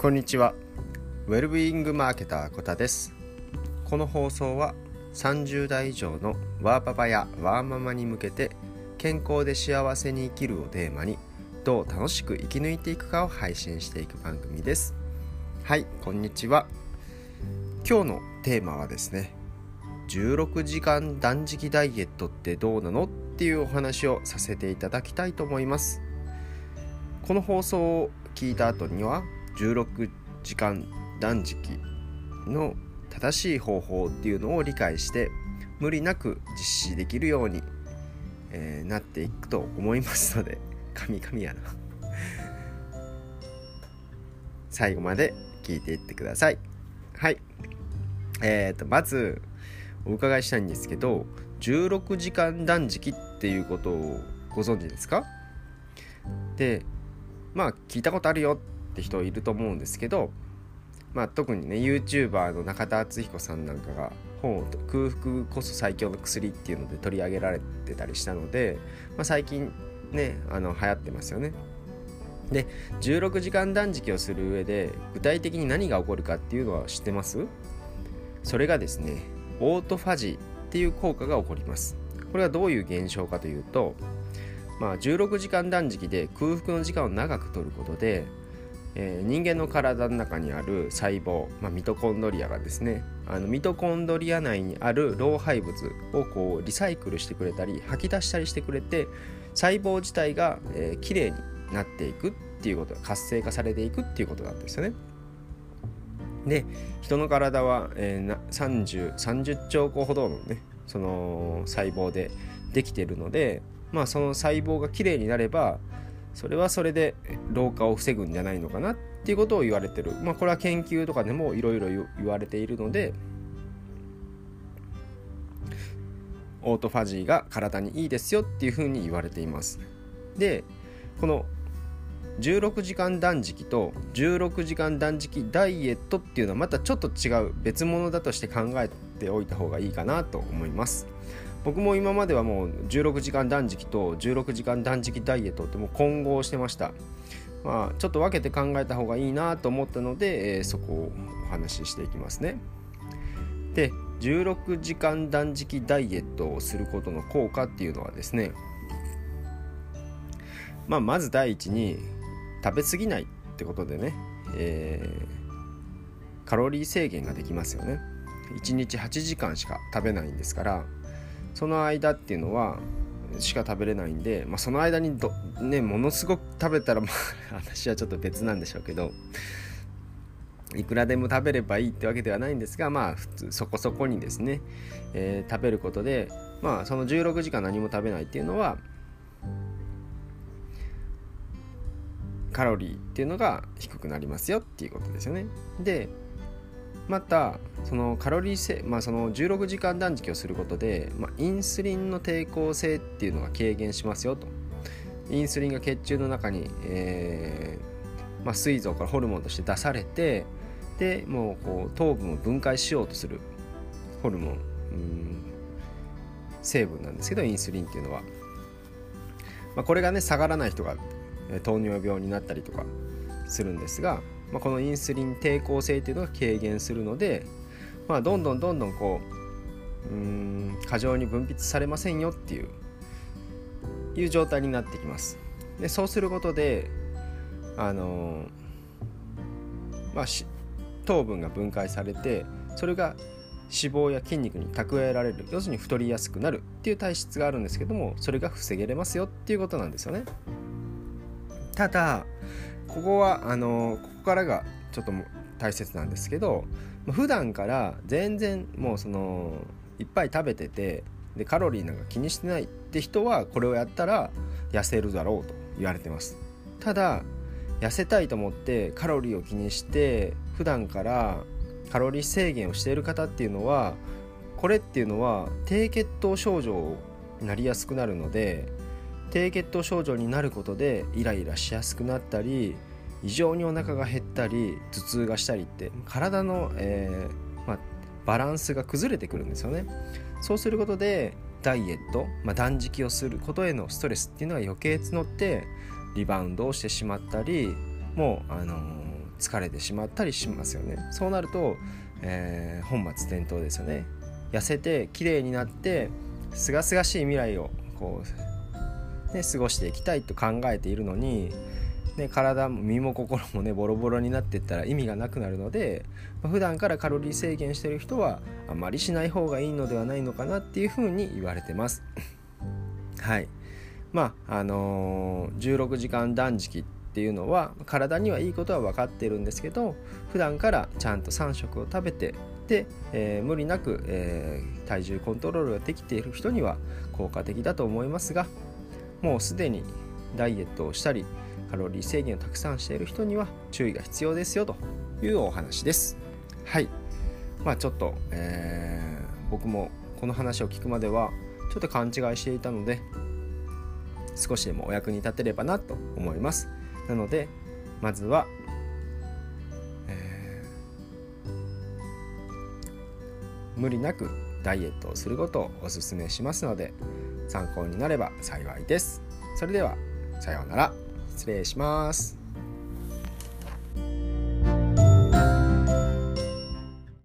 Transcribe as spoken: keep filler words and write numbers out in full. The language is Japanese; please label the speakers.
Speaker 1: こんにちは。ウェルビーイングマーケター小田です。この放送はさんじゅう代以上のワーパパやワーママに向けて、健康で幸せに生きるをテーマにどう楽しく生き抜いていくかを配信していく番組です。はい、こんにちは。今日のテーマはですね、じゅうろくじかん断食ダイエットってどうなのっていうお話をさせていただきたいと思います。この放送を聞いた後にはじゅうろくじかん断食の正しい方法っていうのを理解して無理なく実施できるように、えー、なっていくと思いますので、神々やな最後まで聞いていってください。はい、えーとまずお伺いしたいんですけど、じゅうろくじかん断食っていうことをご存知ですか？で、まあ聞いたことあるよって人いると思うんですけど、まあ、特にね YouTuber の中田敦彦さんなんかが本を空腹こそ最強の薬っていうので取り上げられてたりしたので、まあ、最近ねあの流行ってますよね。で、じゅうろくじかん断食をする上で具体的に何が起こるかっていうのは知ってます？それがですね、オートファジーっていう効果が起こります。これはどういう現象かというと、まあ、じゅうろくじかん断食で空腹の時間を長く取ることで、えー、人間の体の中にある細胞、まあ、ミトコンドリアがですね、あのミトコンドリア内にある老廃物をこうリサイクルしてくれたり吐き出したりしてくれて、細胞自体が、えー、きれいになっていくっていうこと、活性化されていくっていうことなんですよね。で、人の体は、えー、さんじゅう、さんじゅっちょう個ほどのねその細胞でできているので、まあ、その細胞がきれいになればそれはそれで老化を防ぐんじゃないのかなっていうことを言われてる。まあ、これは研究とかでもいろいろ言われているので、オートファジーが体にいいですよっていうふうに言われています。で、このじゅうろくじかん断食とじゅうろくじかん断食ダイエットっていうのはまたちょっと違う別物だとして考えておいた方がいいかなと思います。僕も今まではもうじゅうろくじかん断食とじゅうろくじかん断食ダイエットってもう混合してました。まあ、ちょっと分けて考えた方がいいなと思ったので、えー、そこをお話ししていきますね。で、じゅうろくじかん断食ダイエットをすることの効果っていうのはですね、まあ、まず第一に食べ過ぎないってことでね、えー、カロリー制限ができますよね。いちにちはちじかんしか食べないんですから、その間っていうのはしか食べれないんで、まあ、その間にど、ね、ものすごく食べたら、まあ、話はちょっと別なんでしょうけど、いくらでも食べればいいってわけではないんですが、まあ普通そこそこにですね、えー、食べることで、まあそのじゅうろくじかん何も食べないっていうのはカロリーっていうのが低くなりますよっていうことですよね。で、またそのカロリー制、まあ、そのじゅうろくじかん断食をすることで、まあ、インスリンの抵抗性っていうのが軽減しますよと。インスリンが血中の中に、えーまあ、膵臓からホルモンとして出されて、でもうこう糖分を分解しようとするホルモン、うん、成分なんですけど、インスリンっていうのは、まあ、これがね下がらない人が糖尿病になったりとかするんですが、まあ、このインスリン抵抗性っていうのが軽減するので、まあ、どんどんどんどんこう、うーん過剰に分泌されませんよっていういう状態になってきます。で、そうすることであのーまあ、糖分が分解されて、それが脂肪や筋肉に蓄えられる、要するに太りやすくなるっていう体質があるんですけども、それが防げれますよっていうことなんですよね。ただここはあのここからがちょっと大切なんですけど、普段から全然もうそのいっぱい食べてて、でカロリーなんか気にしてないって人はこれをやったら痩せるだろうと言われてます。ただ痩せたいと思ってカロリーを気にして普段からカロリー制限をしている方っていうのは、これっていうのは低血糖症状になりやすくなるので、低血糖症状になることでイライラしやすくなったり、異常にお腹が減ったり頭痛がしたりって、体の、えーまあ、バランスが崩れてくるんですよね。そうすることでダイエット、まあ、断食をすることへのストレスっていうのが余計募ってリバウンドをしてしまったり、もう、あのー、 疲れてしまったりしますよね。そうなると、えー、本末転倒ですよね。痩せて綺麗になってすがすがしい未来をこう、ね、過ごしていきたいと考えているのに、ね、体も身も心もねボロボロになっていったら意味がなくなるので、まあ、普段からカロリー制限している人はあまりしない方がいいのではないのかなっていうふうに言われてますはい。まああのー、じゅうろくじかん断食っていうのは体にはいいことは分かっているんですけど、普段からちゃんとさん食を食べてで、えー、無理なく、えー、体重コントロールができている人には効果的だと思いますが、もうすでにダイエットをしたりカロリー制限をたくさんしている人には注意が必要ですよというお話です。はい。まあちょっと、えー、僕もこの話を聞くまではちょっと勘違いしていたので、少しでもお役に立てればなと思います。なのでまずは、えー、無理なくダイエットをすることをお勧めしますので、参考になれば幸いです。それではさようなら。失礼します。